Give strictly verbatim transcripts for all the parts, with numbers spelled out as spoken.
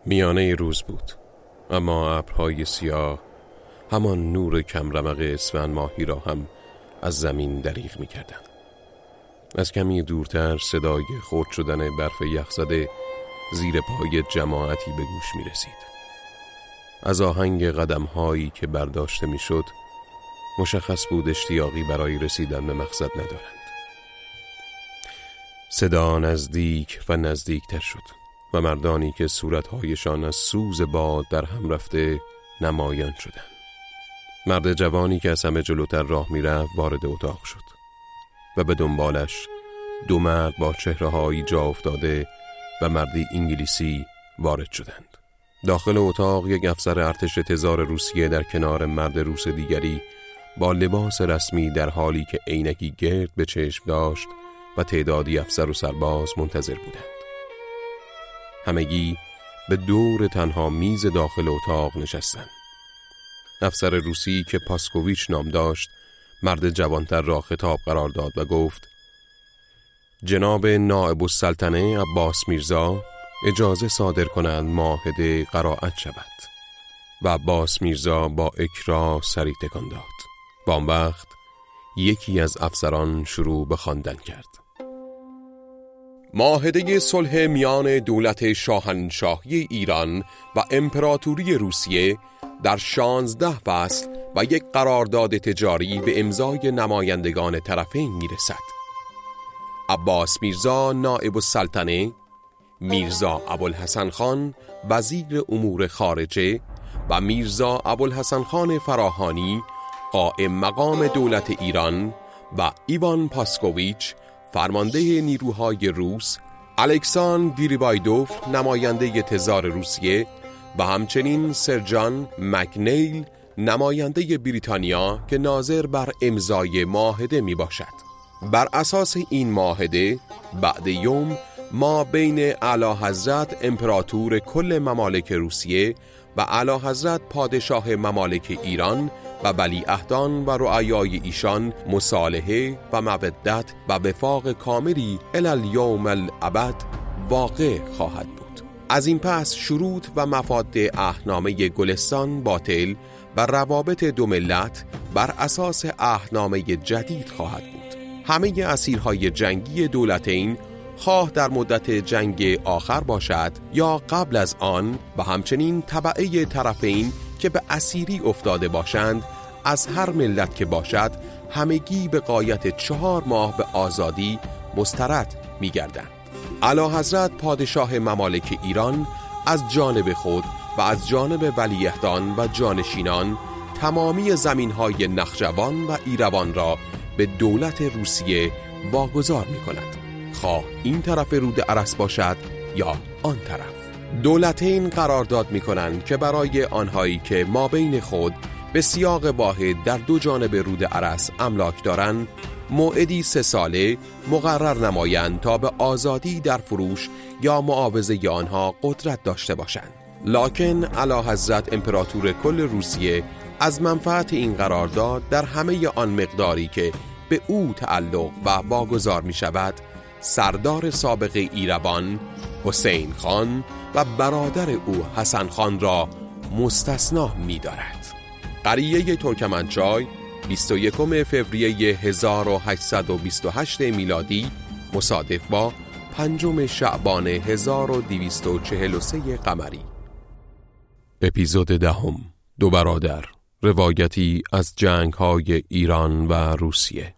میانه روز بود، اما ابرهای سیاه همان نور کمرمق اسفند ماهی را هم از زمین دریغ می کردن. از کمی دورتر صدای خرد شدن برف یخزده زیر پای جماعتی به گوش می رسید. از آهنگ قدم هایی که برداشته می شد مشخص بود اشتیاقی برای رسیدن به مقصد ندارند. صدا نزدیک و نزدیکتر شد و مردانی که صورتهایشان از سوز باد در هم رفته نمایان شدند. مرد جوانی که از همه جلوتر راه می رفت وارد اتاق شد و به دنبالش دو مرد با چهره‌هایی جا افتاده و مردی انگلیسی وارد شدند. داخل اتاق یک افسر ارتش تزار روسیه در کنار مرد روس دیگری با لباس رسمی در حالی که عینکی گرد به چشم داشت و تعدادی افسر و سرباز منتظر بودند. همگی به دور تنها میز داخل اتاق نشستند. افسر روسی که پاسکوویچ نام داشت مرد جوانتر را خطاب قرار داد و گفت: جناب نائب السلطنه عباس میرزا اجازه صادر کنند معاهده قرائت شود. و عباس میرزا با اکراه سری تکان داد. با آن وقت یکی از افسران شروع به خواندن کرد. معاهده صلح میان دولت شاهنشاهی ایران و امپراتوری روسیه در شانزده فصل و یک قرارداد تجاری به امضای نمایندگان طرفین میرسد. عباس میرزا نائب السلطنه، میرزا ابوالحسن خان وزیر امور خارجه و میرزا ابوالحسن خان فراهانی قائم مقام دولت ایران و ایوان پاسکوویچ فرمانده نیروهای روس، الکساندر گریبایدوف نماینده تزار روسیه و همچنین سرجان مکنیل نماینده بریتانیا که ناظر بر امضای معاهده می باشد. بر اساس این معاهده بعد یوم ما بین اعلی حضرت امپراتور کل ممالک روسیه و اعلی حضرت پادشاه ممالک ایران و ولیعهدان و رعایای ایشان مصالحه و مودت و وفاق کاملی الی الیوم الابد واقع خواهد بود. از این پس شروط و مفاد عهدنامه گلستان باطل و روابط دو ملت بر اساس عهدنامه جدید خواهد بود. همه اسیرهای جنگی دولتین خواه در مدت جنگ آخر باشد یا قبل از آن و همچنین تبعه طرفین که به اسیری افتاده باشند از هر ملت که باشد همگی به غایت چهار ماه به آزادی مسترد می گردند. اعلی حضرت پادشاه ممالک ایران از جانب خود و از جانب ولیعهدان و جانشینان تمامی زمینهای نخجوان و ایروان را به دولت روسیه واگذار می کند، خواه این طرف رود ارس باشد یا آن طرف. دولتین قرارداد می کنند که برای آنهایی که ما بین خود به سیاق واحد در دو جانب رود ارس املاک دارند موعدی سه ساله مقرر نمایند تا به آزادی در فروش یا معاوضه آنها قدرت داشته باشند. لکن اعلی حضرت امپراتور کل روسیه از منفعت این قرارداد در همه آن مقداری که به او تعلق و واگذار می شود سردار سابق ایروان حسین خان و برادر او حسن خان را مستثنا می دارد. قریه ترکمنچای بیست و یکم فوریه هزار و هشتصد و بیست و هشت میلادی مصادف با پنجم شعبان هزار و دویست و چهل و سه قمری. اپیزود دهم، دو برادر، روایتی از جنگ‌های ایران و روسیه.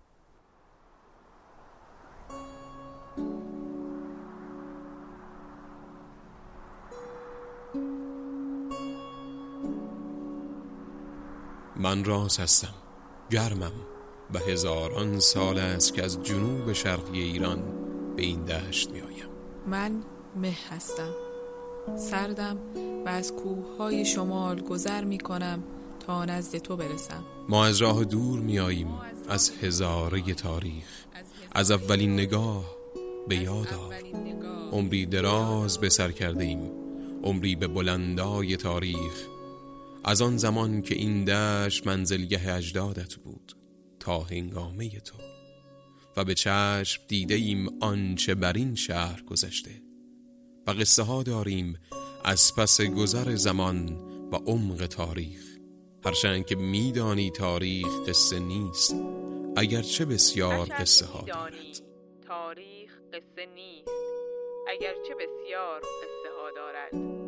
من راز هستم، گرمم و هزاران سال است که از جنوب شرقی ایران به این دشت می آیم. من مه هستم، سردم و از کوههای شمال گذر می کنم تا نزد تو برسم. ما از راه دور می آییم، از هزاره تاریخ، از اولین نگاه به یاد آر. عمری دراز به سر کرده ایم، عمری به بلندای تاریخ، از آن زمان که این دشت منزلگه اجدادت بود تا هنگامه تو، و به چشم دیده ایم آنچه بر این شهر گذشته و قصه ها داریم از پس گذر زمان و عمق تاریخ. هرچند که میدانی تاریخ قصه نیست، اگرچه بسیار قصه ها دارد. تاریخ قصه نیست، اگرچه بسیار قصه ها دارد.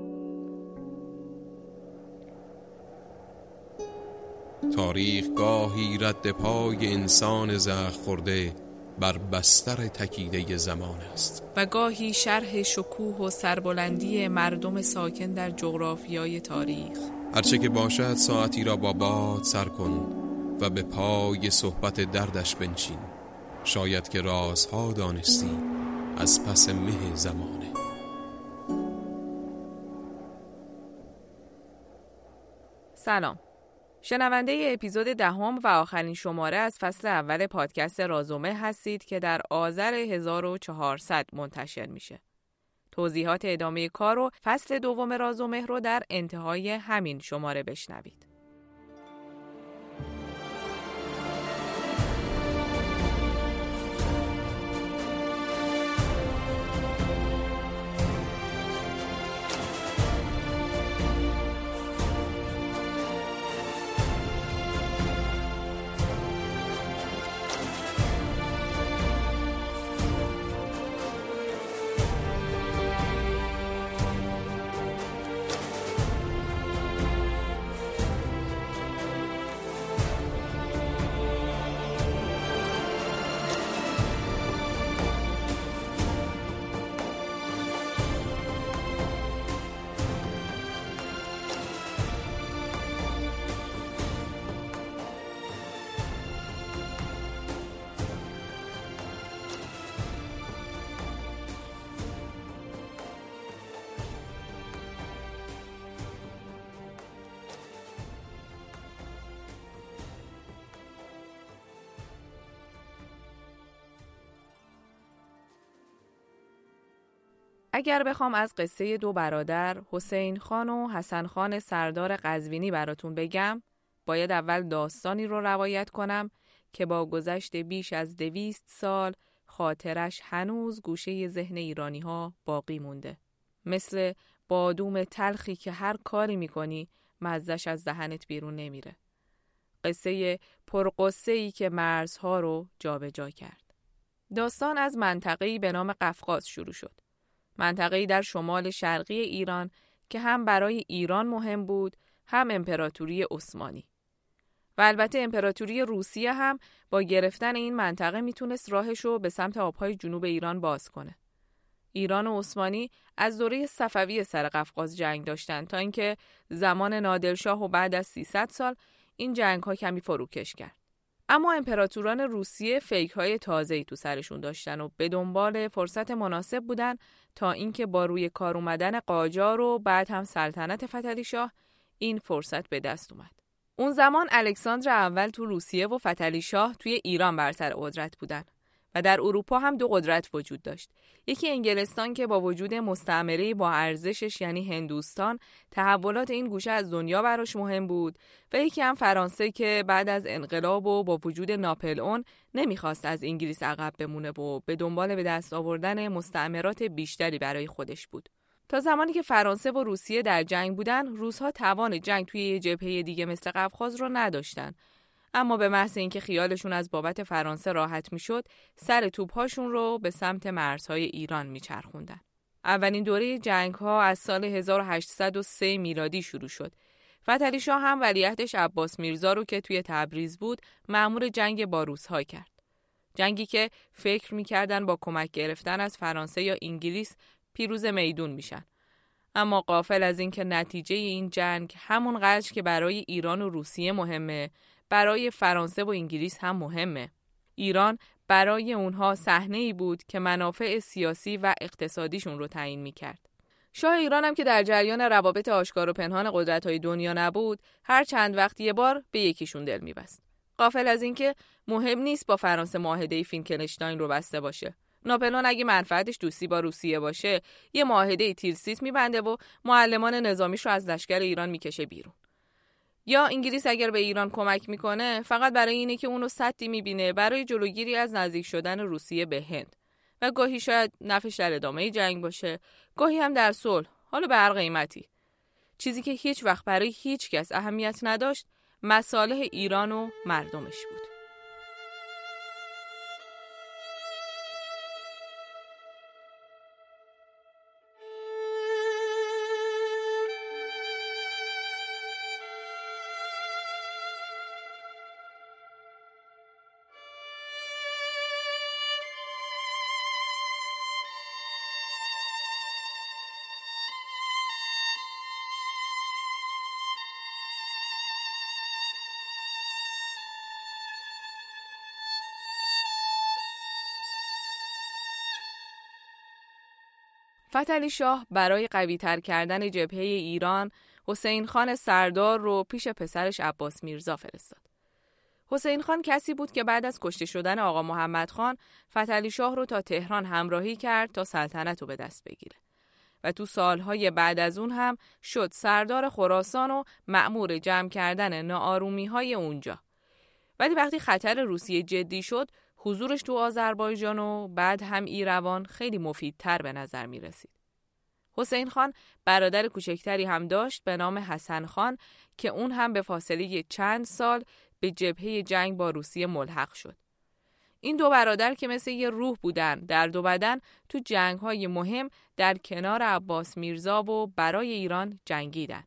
تاریخ گاهی رد پای انسان زخم خورده بر بستر تکیده زمان است و گاهی شرح شکوه و سربلندی مردم ساکن در جغرافیای تاریخ. هرچه که باشد ساعتی را با باد سر کن و به پای صحبت دردش بنشین. شاید که رازها دانستی از پس مه زمانه. سلام، شنونده اپیزود دهم و آخرین شماره از فصل اول پادکست رازومه هستید که در آذر هزار و چهارصد منتشر میشه. توضیحات ادامه کار و فصل دوم رازومه رو در انتهای همین شماره بشنوید. اگر بخوام از قصه دو برادر حسین خان و حسن خان سردار قزوینی براتون بگم، باید اول داستانی رو روایت کنم که با گذشت بیش از دویست سال خاطرش هنوز گوشه ذهن ایرانی ها باقی مونده. مثل بادوم تلخی که هر کاری میکنی مزهش از دهنت بیرون نمیره. قصه پرقصه‌ای که مرزها رو جابجا کرد. داستان از منطقه‌ای به نام قفقاز شروع شد. منطقه‌ای در شمال شرقی ایران که هم برای ایران مهم بود، هم امپراتوری عثمانی. و البته امپراتوری روسیه هم با گرفتن این منطقه میتونست راهشو به سمت آبهای جنوب ایران باز کنه. ایران و عثمانی از دوره صفوی سر قفقاز جنگ داشتن تا اینکه زمان نادرشاه و بعد از سیصد سال این جنگ‌ها کمی فروکش کرد. اما امپراتوران روسیه فکرهای تازه‌ای تو سرشون داشتن و به دنبال فرصت مناسب بودن تا اینکه با روی کار اومدن قاجار و بعد هم سلطنت فتحعلی شاه این فرصت به دست اومد. اون زمان الکساندر اول تو روسیه و فتحعلی شاه توی ایران بر سر قدرت بودن و در اروپا هم دو قدرت وجود داشت. یکی انگلستان که با وجود مستعمره با ارزشش یعنی هندوستان تحولات این گوشه از دنیا براش مهم بود و یکی هم فرانسه که بعد از انقلاب و با وجود ناپلئون نمیخواست از انگلیس عقب بمونه و به دنبال به دست آوردن مستعمرات بیشتری برای خودش بود. تا زمانی که فرانسه و روسیه در جنگ بودن، روس‌ها توان جنگ توی یه جبهه دیگه مثل قفقاز رو نداشتن. اما به محض اینکه خیالشون از بابت فرانسه راحت میشد، سر توپ‌هاشون رو به سمت مرزهای ایران میچرخوندن. اولین دوره جنگ‌ها از سال هزار و هشتصد و سه میلادی شروع شد. فتحعلی شاه هم ولیعهدش عباس میرزا رو که توی تبریز بود، مأمور جنگ با روس‌ها کرد. جنگی که فکر می‌کردن با کمک گرفتن از فرانسه یا انگلیس پیروز میدون میشن. اما غافل از اینکه نتیجه این جنگ همون قدر که برای ایران و روسیه مهمه، برای فرانسه و انگلیس هم مهمه. ایران برای اونها صحنه‌ای بود که منافع سیاسی و اقتصادیشون رو تعیین می‌کرد. شاه ایران هم که در جریان روابط آشکار و پنهان قدرت‌های دنیا نبود، هر چند وقت یه بار به یکیشون دل می‌بست. غافل از اینکه مهم نیست با فرانسه معاهده فینکلشتاین رو بسته باشه. ناپلئون اگه منفعتش دوستی با روسیه باشه، یه معاهده تیرسیت می‌بنده و معلمان نظامیش رو از لشکر ایران می‌کشه بیرون. یا انگلیس اگر به ایران کمک میکنه فقط برای اینه که اونو سدی میبینه برای جلوگیری از نزدیک شدن روسیه به هند و گاهی شاید نفعش در ادامه جنگ باشه، گاهی هم در صلح. حالا به هر قیمتی. چیزی که هیچ وقت برای هیچ کس اهمیت نداشت، مصالح ایران و مردمش بود. فتحعلی شاه برای قوی‌تر کردن جبهه ایران، حسین خان سردار رو پیش پسرش عباس میرزا فرستاد. حسین خان کسی بود که بعد از کشته شدن آقا محمد خان، فتحعلی شاه رو تا تهران همراهی کرد تا سلطنت رو به دست بگیره. و تو سالهای بعد از اون هم شد سردار خراسان و مأمور جمع کردن ناآرومی‌های اونجا. ولی وقتی خطر روسیه جدی شد، حضورش تو آذربایجان و بعد هم ایروان خیلی مفیدتر به نظر می رسید. حسین خان برادر کوچکتری هم داشت به نام حسن خان که اون هم به فاصله چند سال به جبهه جنگ با روسیه ملحق شد. این دو برادر که مثل یه روح بودن در دو بدن، تو جنگ‌های مهم در کنار عباس میرزا و برای ایران جنگیدن.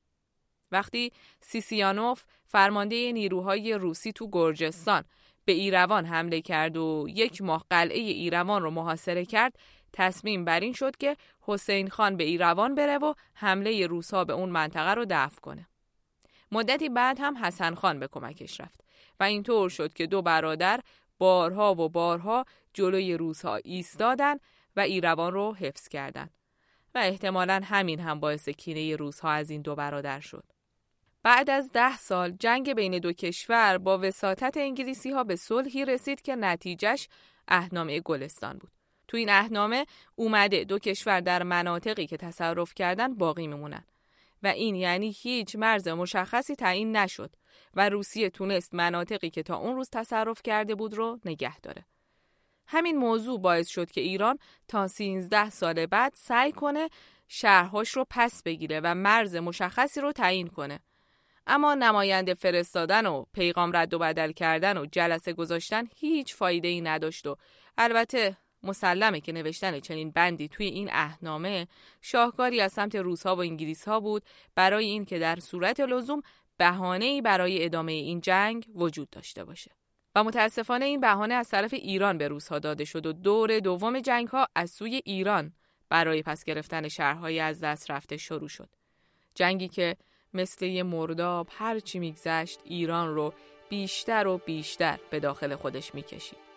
وقتی سیسیانوف فرمانده نیروهای روسی تو گرجستان به ایروان حمله کرد و یک ماه قلعه ایروان رو محاصره کرد، تصمیم بر این شد که حسین خان به ایروان بره و حمله روس‌ها به اون منطقه رو دفع کنه. مدتی بعد هم حسن خان به کمکش رفت و اینطور شد که دو برادر بارها و بارها جلوی روس‌ها ایستادن و ایروان رو حفظ کردن و احتمالاً همین هم باعث کینه روس‌ها از این دو برادر شد. بعد از ده سال جنگ بین دو کشور با وساطت انگلیسی‌ها به صلحی رسید که نتیجهش عهدنامه گلستان بود. تو این عهدنامه اومده دو کشور در مناطقی که تصرف کردن باقی میمونن و این یعنی هیچ مرز مشخصی تعیین نشد و روسیه تونست مناطقی که تا اون روز تصرف کرده بود رو نگه داره. همین موضوع باعث شد که ایران تا سیزده سال بعد سعی کنه شهرهاش رو پس بگیره و مرز مشخصی رو تعیین کنه. اما نماینده فرستادن و پیغام رد و بدل کردن و جلسه گذاشتن هیچ فایده‌ای نداشت و البته مسلمه که نوشتن چنین بندی توی این عهدنامه شاهکاری از سمت روس‌ها و انگلیس‌ها بود برای این که در صورت لزوم بهانه‌ای برای ادامه این جنگ وجود داشته باشه. و متاسفانه این بهانه از طرف ایران به روس‌ها داده شد و دور دوم جنگ‌ها از سوی ایران برای پس گرفتن شهرهای از دست رفته شروع شد. جنگی که مثل یه مرداب هر چی میگذشت ایران رو بیشتر و بیشتر به داخل خودش میکشید.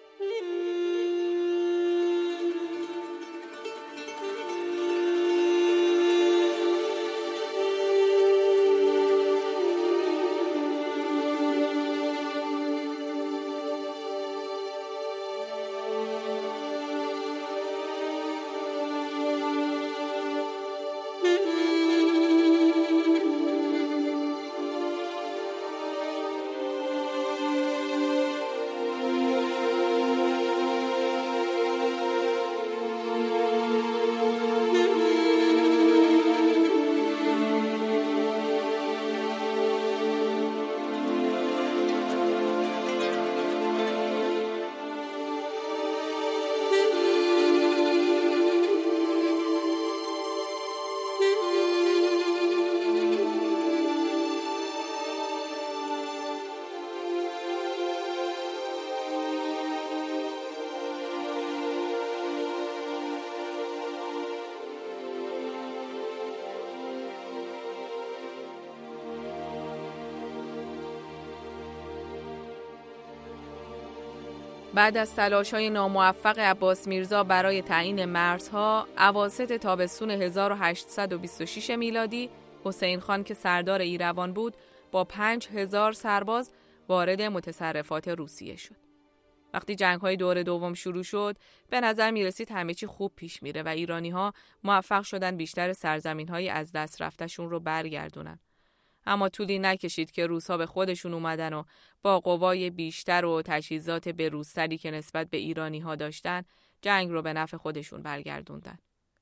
بعد از تلاش‌های ناموفق عباس میرزا برای تعیین مرزها، اواسط تابستون هزار و هشتصد و بیست و شش میلادی، حسین خان که سردار ایروان بود، با پنج هزار سرباز وارد متصرفات روسیه شد. وقتی جنگ‌های دور دوم شروع شد، به نظر می‌رسید همه چی خوب پیش میره و ایرانی‌ها موفق شدن بیشتر سرزمین‌های از دست رفتشون رو برگردونن. اما طولی نکشید که روس‌ها به خودشون اومدن و با قوای بیشتر و تجهیزات بروزتری که نسبت به ایرانی‌ها داشتن، جنگ رو به نفع خودشون برگردوندن.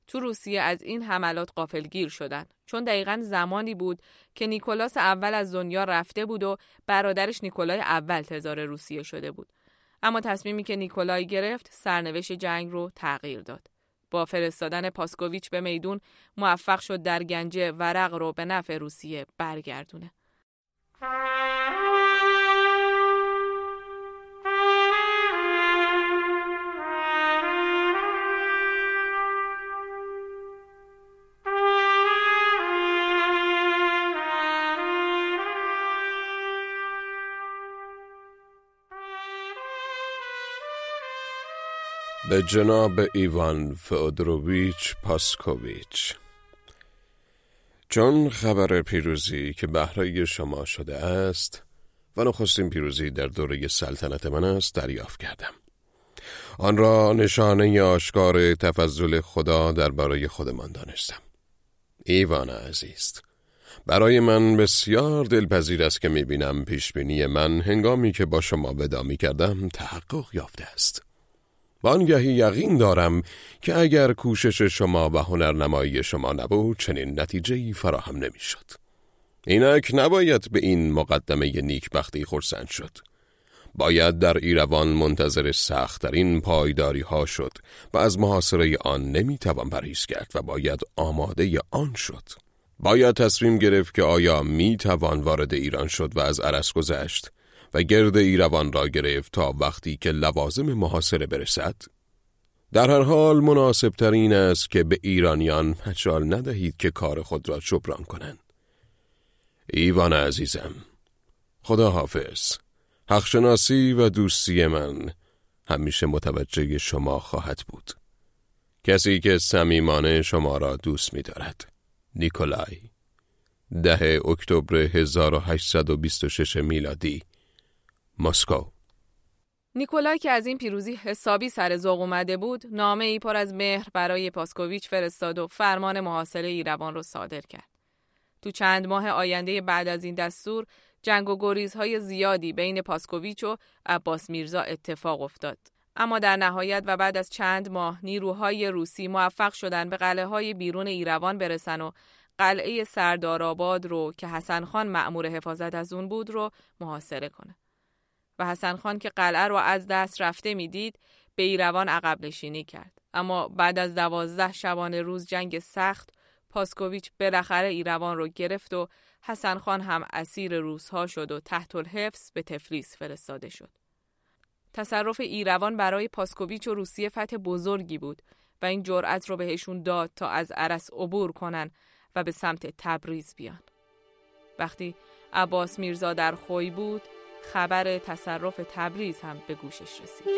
تو روسیه از این حملات غافلگیر شدن، چون دقیقاً زمانی بود که نیکولاس اول از دنیا رفته بود و برادرش نیکولای اول تزار روسیه شده بود. اما تصمیمی که نیکولای گرفت سرنوشت جنگ رو تغییر داد. با فرستادن پاسکوویچ به میدون موفق شد در گنجه ورق رو به نفع روسیه برگردونه. به جناب ایوان فئودوروویچ پاسکوویچ، چون خبر پیروزی که بهره شما شده است و نخستین پیروزی در دوره سلطنت من است دریافت کردم. آن را نشانه آشکار تفضل خدا درباره خودمان دانستم. ایوان عزیز، برای من بسیار دلپذیر است که می‌بینم پیشبینی من هنگامی که با شما ودا می‌کردم تحقق یافته است. وانگهی یقین دارم که اگر کوشش شما و هنرنمایی شما نبود چنین نتیجه‌ای فراهم نمی‌شد. اینک نباید به این مقدمه نیکبختی خرسند شد. باید در ایروان منتظر سخت‌ترین پایداری ها شد و از محاصره آن نمی‌توان پرهیز کرد و باید آماده آن شد. باید تصمیم گرفت که آیا می‌توان وارد ایران شد و از ارس گذشت و گرد ایروان را گرفت تا وقتی که لوازم محاصره برسد. در هر حال مناسب ترین است که به ایرانیان مجال ندهید که کار خود را جبران کنند. ایوان عزیزم، خدا حافظ. حقشناسی و دوستی من همیشه متوجه شما خواهد بود. کسی که صمیمانه شما را دوست می دارد. نیکولای. ده اکتبر هزار و هشتصد و بیست و شش میلادی، مسکو. نیکولای که از این پیروزی حسابی سر ذوق اومده بود، نامه ای پر از مهر برای پاسکوویچ فرستاد و فرمان محاصره ایروان را صادر کرد. تو چند ماه آینده بعد از این دستور، جنگ و گریزهای زیادی بین پاسکوویچ و عباس میرزا اتفاق افتاد. اما در نهایت و بعد از چند ماه نیروهای روسی موفق شدند به قلعه‌های بیرون ایروان برسن و قلعه سردارآباد رو که حسن خان مأمور حفاظت از اون بود رو محاصره کنه. و حسن خان که قلعه رو از دست رفته میدید به ایروان عقب نشینی کرد. اما بعد از دوازده شبانه روز جنگ سخت، پاسکوویچ بالاخره ایروان رو گرفت و حسن خان هم اسیر روس‌ها شد و تحت الحبس به تفلیس فرستاده شد. تصرف ایروان برای پاسکوویچ و روسیه فتح بزرگی بود و این جرأت رو بهشون داد تا از ارس عبور کنن و به سمت تبریز بیان. وقتی عباس میرزا در خوی بود، خبر تصرف تبریز هم به گوشش رسید.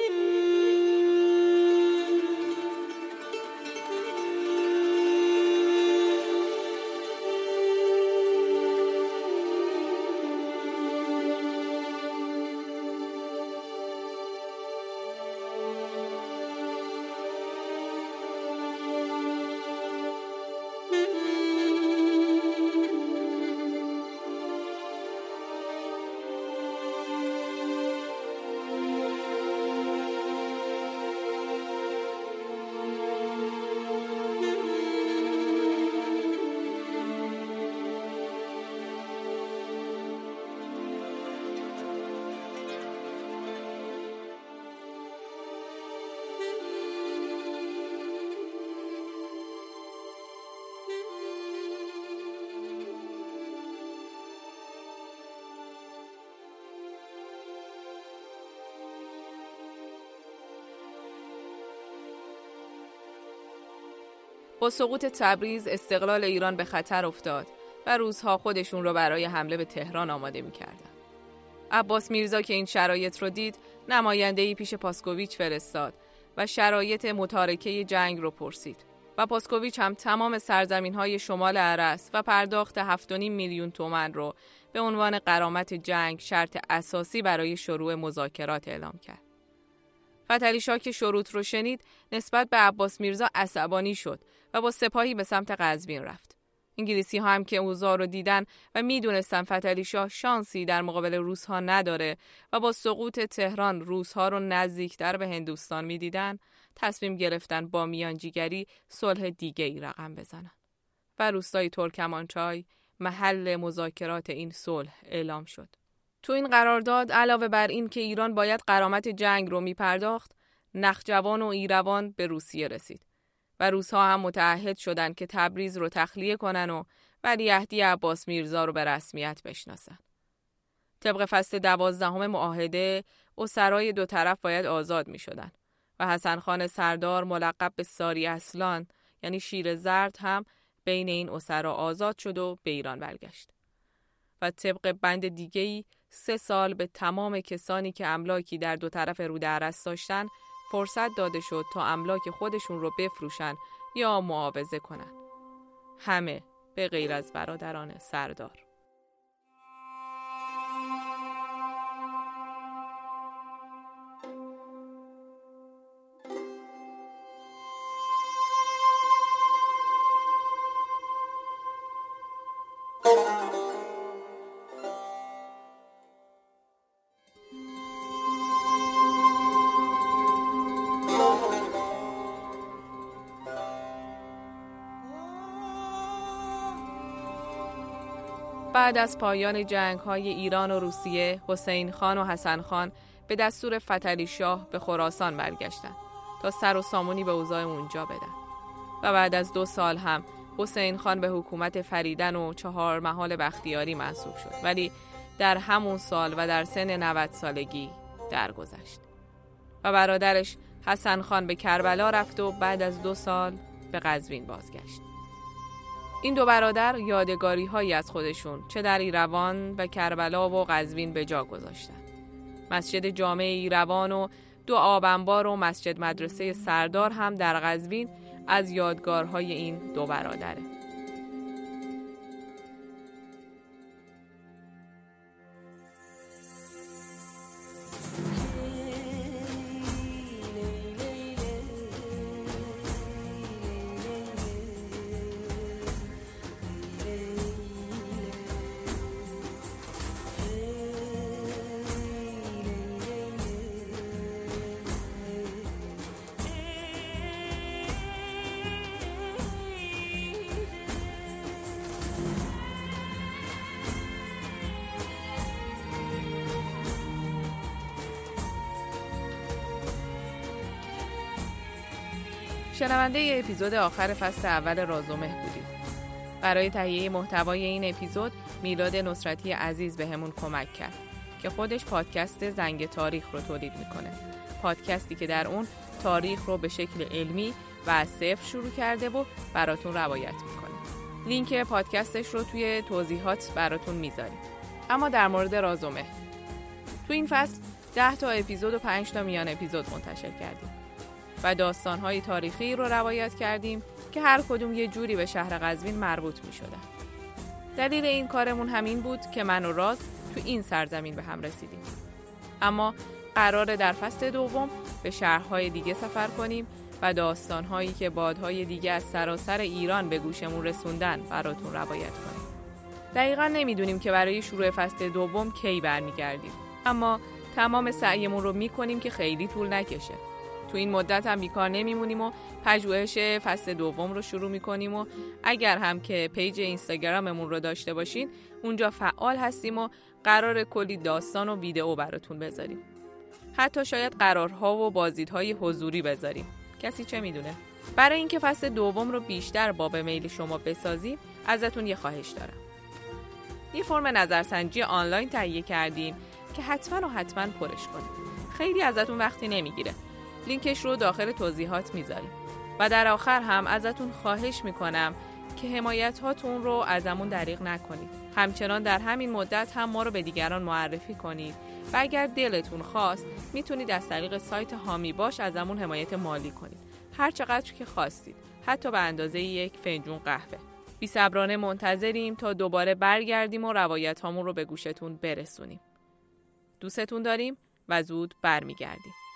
با سقوط تبریز استقلال ایران به خطر افتاد و روس‌ها خودشون رو برای حمله به تهران آماده می‌کردن. عباس میرزا که این شرایط رو دید، نماینده‌ای پیش پاسکوویچ فرستاد و شرایط متارکه جنگ رو پرسید. و پاسکوویچ هم تمام سرزمین‌های شمال ارس و پرداخت هفت و نیم میلیون تومان رو به عنوان غرامت جنگ شرط اساسی برای شروع مذاکرات اعلام کرد. فتحعلی شاه که شروط رو شنید، نسبت به عباس میرزا عصبانی شد و با سپاهی به سمت قزوین رفت. انگلیسی ها هم که اوضاع رو دیدن و میدونستن فتحعلی شاه شانسی در مقابل روس ها نداره و با سقوط تهران روس ها رو نزدیکتر به هندوستان میدیدن، تصمیم گرفتن با میانجیگری صلح دیگه ای رقم بزنن و روستای ترکمانچای محل مذاکرات این صلح اعلام شد. تو این قرارداد علاوه بر این که ایران باید غرامت جنگ رو میپرداخت، نخجوان و ایروان به روسیه رسید و روس‌ها هم متعهد شدند که تبریز رو تخلیه کنن و ولیعهدی عباس میرزا رو به رسمیت بشناسن. طبق فصل دوازدهم معاهده، اسرای دو طرف باید آزاد میشدن و حسن خان سردار ملقب به ساری اصلان یعنی شیر زرد هم بین این اسرا آزاد شد و به ایران برگشت. و طبق بند دیگه‌ای سه سال به تمام کسانی که املاکی در دو طرف رود ارس داشتن فرصت داده شد تا املاک خودشون رو بفروشن یا معاوضه کنن. همه به غیر از برادران سردار. بعد از پایان جنگ‌های ایران و روسیه، حسین خان و حسن خان به دستور فتحعلی شاه به خراسان برگشتند تا سر و سامونی به اوضاع اونجا بدن. و بعد از دو سال هم حسین خان به حکومت فریدن و چهار محال بختیاری منصوب شد، ولی در همون سال و در سن نود سالگی درگذشت. و برادرش حسن خان به کربلا رفت و بعد از دو سال به قزوین بازگشت. این دو برادر یادگاری هایی از خودشون چه در ایروان و کربلا و قزوین به جا گذاشتن. مسجد جامع ایروان و دو آب انبار و مسجد مدرسه سردار هم در قزوین از یادگارهای این دو برادره. شنونده ای اپیزود آخر فصل اول راز و مه بودید. برای تهیه محتوای این اپیزود میلاد نصرتی عزیز بهمون کمک کرد که خودش پادکست زنگ تاریخ رو تولید میکنه. پادکستی که در اون تاریخ رو به شکل علمی و از صفر شروع کرده و براتون روایت میکنه. لینک پادکستش رو توی توضیحات براتون میذاریم. اما در مورد راز و مه، تو این فصل ده تا اپیزود و پنج تا میان اپیزود منتشر کردیم و داستان‌های تاریخی رو روایت کردیم که هر کدوم یه جوری به شهر قزوین مربوط می‌شدن. دلیل این کارمون همین بود که من و راز تو این سرزمین به هم رسیدیم. اما قراره در فصل دوم به شهرهای دیگه سفر کنیم و داستان‌هایی که بادهای دیگه از سراسر ایران به گوشمون رسوندن براتون روایت کنیم. دقیقاً نمیدونیم که برای شروع فصل دوم کی برمیگردیم، اما تمام سعیمون رو می‌کنیم که خیلی طول نکشه. تو این مدت هم بیکار نمیمونیم و پژوهش فصل دوم رو شروع میکنیم و اگر هم که پیج اینستاگراممون رو داشته باشین اونجا فعال هستیم و قرار کلی داستان و ویدئو براتون بذاریم. حتی شاید قرارها و بازدیدهای حضوری بذاریم. کسی چه میدونه؟ برای اینکه فصل دوم رو بیشتر باب میل شما بسازیم ازتون یه خواهش دارم. یه فرم نظرسنجی آنلاین تهیه کردیم که حتما و حتما پرش کنید. خیلی ازتون وقتی نمیگیره. لینکش رو داخل توضیحات میذاریم. و در آخر هم ازتون خواهش میکنم که حمایت هاتون رو ازمون دریغ نکنید. همچنان در همین مدت هم ما رو به دیگران معرفی کنید و اگر دلتون خواست میتونید از طریق سایت هامی باش ازمون حمایت مالی کنید. هر چقدر که خواستید، حتی به اندازه یک فنجون قهوه. بی‌صبرانه منتظریم تا دوباره برگردیم و روایت هامون رو به گوشتون برسونیم. دوستتون داریم و زود برمیگردیم.